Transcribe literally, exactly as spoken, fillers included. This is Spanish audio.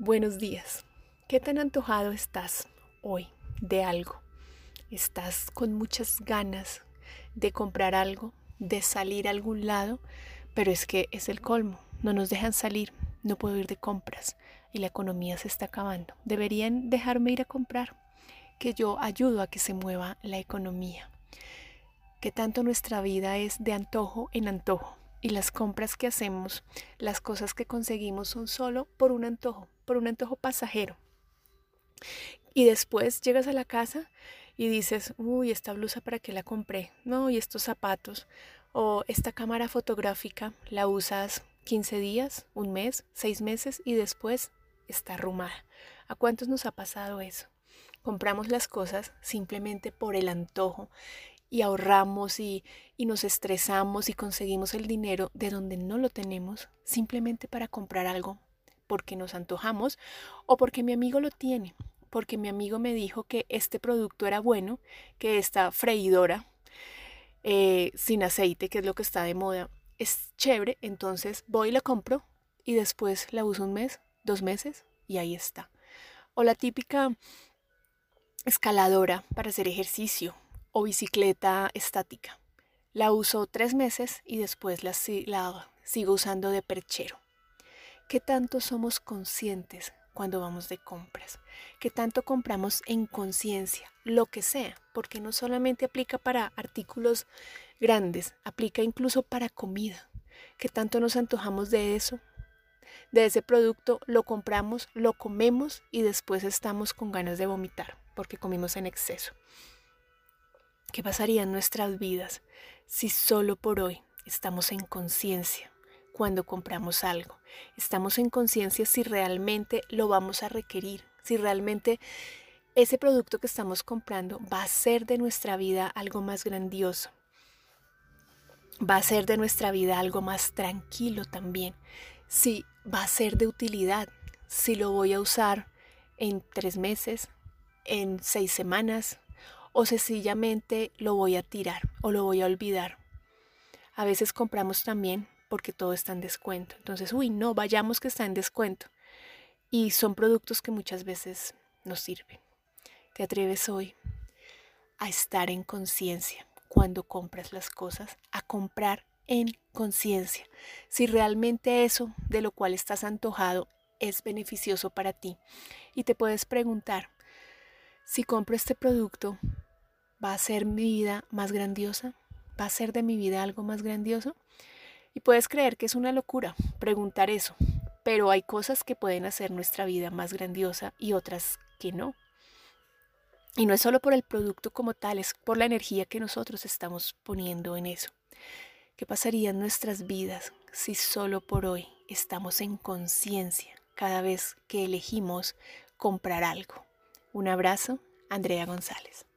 Buenos días. ¿Qué tan antojado estás hoy de algo? ¿Estás con muchas ganas de comprar algo, de salir a algún lado? Pero es que es el colmo. No nos dejan salir. No puedo ir de compras y la economía se está acabando. Deberían dejarme ir a comprar, que yo ayudo a que se mueva la economía. ¿Qué tanto nuestra vida es de antojo en antojo? Y las compras que hacemos, las cosas que conseguimos son solo por un antojo, por un antojo pasajero. Y después llegas a la casa y dices, uy, esta blusa para qué la compré, no, y estos zapatos, o esta cámara fotográfica la usas quince días, un mes, seis meses y después está arrumada. ¿A cuántos nos ha pasado eso? Compramos las cosas simplemente por el antojo y ahorramos y, y nos estresamos y conseguimos el dinero de donde no lo tenemos simplemente para comprar algo porque nos antojamos o porque mi amigo lo tiene, porque mi amigo me dijo que este producto era bueno, que esta freidora eh, sin aceite, que es lo que está de moda, es chévere, entonces voy y la compro y después la uso un mes, dos meses y ahí está. O la típica escaladora para hacer ejercicio o bicicleta estática. La uso tres meses y después la, la sigo usando de perchero. ¿Qué tanto somos conscientes cuando vamos de compras? ¿Qué tanto compramos en conciencia? Lo que sea, porque no solamente aplica para artículos grandes, aplica incluso para comida. ¿Qué tanto nos antojamos de eso? De ese producto, lo compramos, lo comemos y después estamos con ganas de vomitar porque comimos en exceso. ¿Qué pasaría en nuestras vidas si solo por hoy estamos en conciencia cuando compramos algo? Estamos en conciencia si realmente lo vamos a requerir, si realmente ese producto que estamos comprando va a hacer de nuestra vida algo más grandioso, va a hacer de nuestra vida algo más tranquilo también, si va a ser de utilidad, si lo voy a usar en tres meses, en seis semanas, o sencillamente lo voy a tirar o lo voy a olvidar. A veces compramos también porque todo está en descuento. Entonces, uy, no, vayamos que está en descuento. Y son productos que muchas veces nos sirven. ¿Te atreves hoy a estar en conciencia cuando compras las cosas? A comprar en conciencia. Si realmente eso de lo cual estás antojado es beneficioso para ti. Y te puedes preguntar, si compro este producto, ¿va a ser mi vida más grandiosa? ¿Va a ser de mi vida algo más grandioso? Y puedes creer que es una locura preguntar eso, pero hay cosas que pueden hacer nuestra vida más grandiosa y otras que no. Y no es solo por el producto como tal, es por la energía que nosotros estamos poniendo en eso. ¿Qué pasaría en nuestras vidas si solo por hoy estamos en conciencia cada vez que elegimos comprar algo? Un abrazo, Andrea González.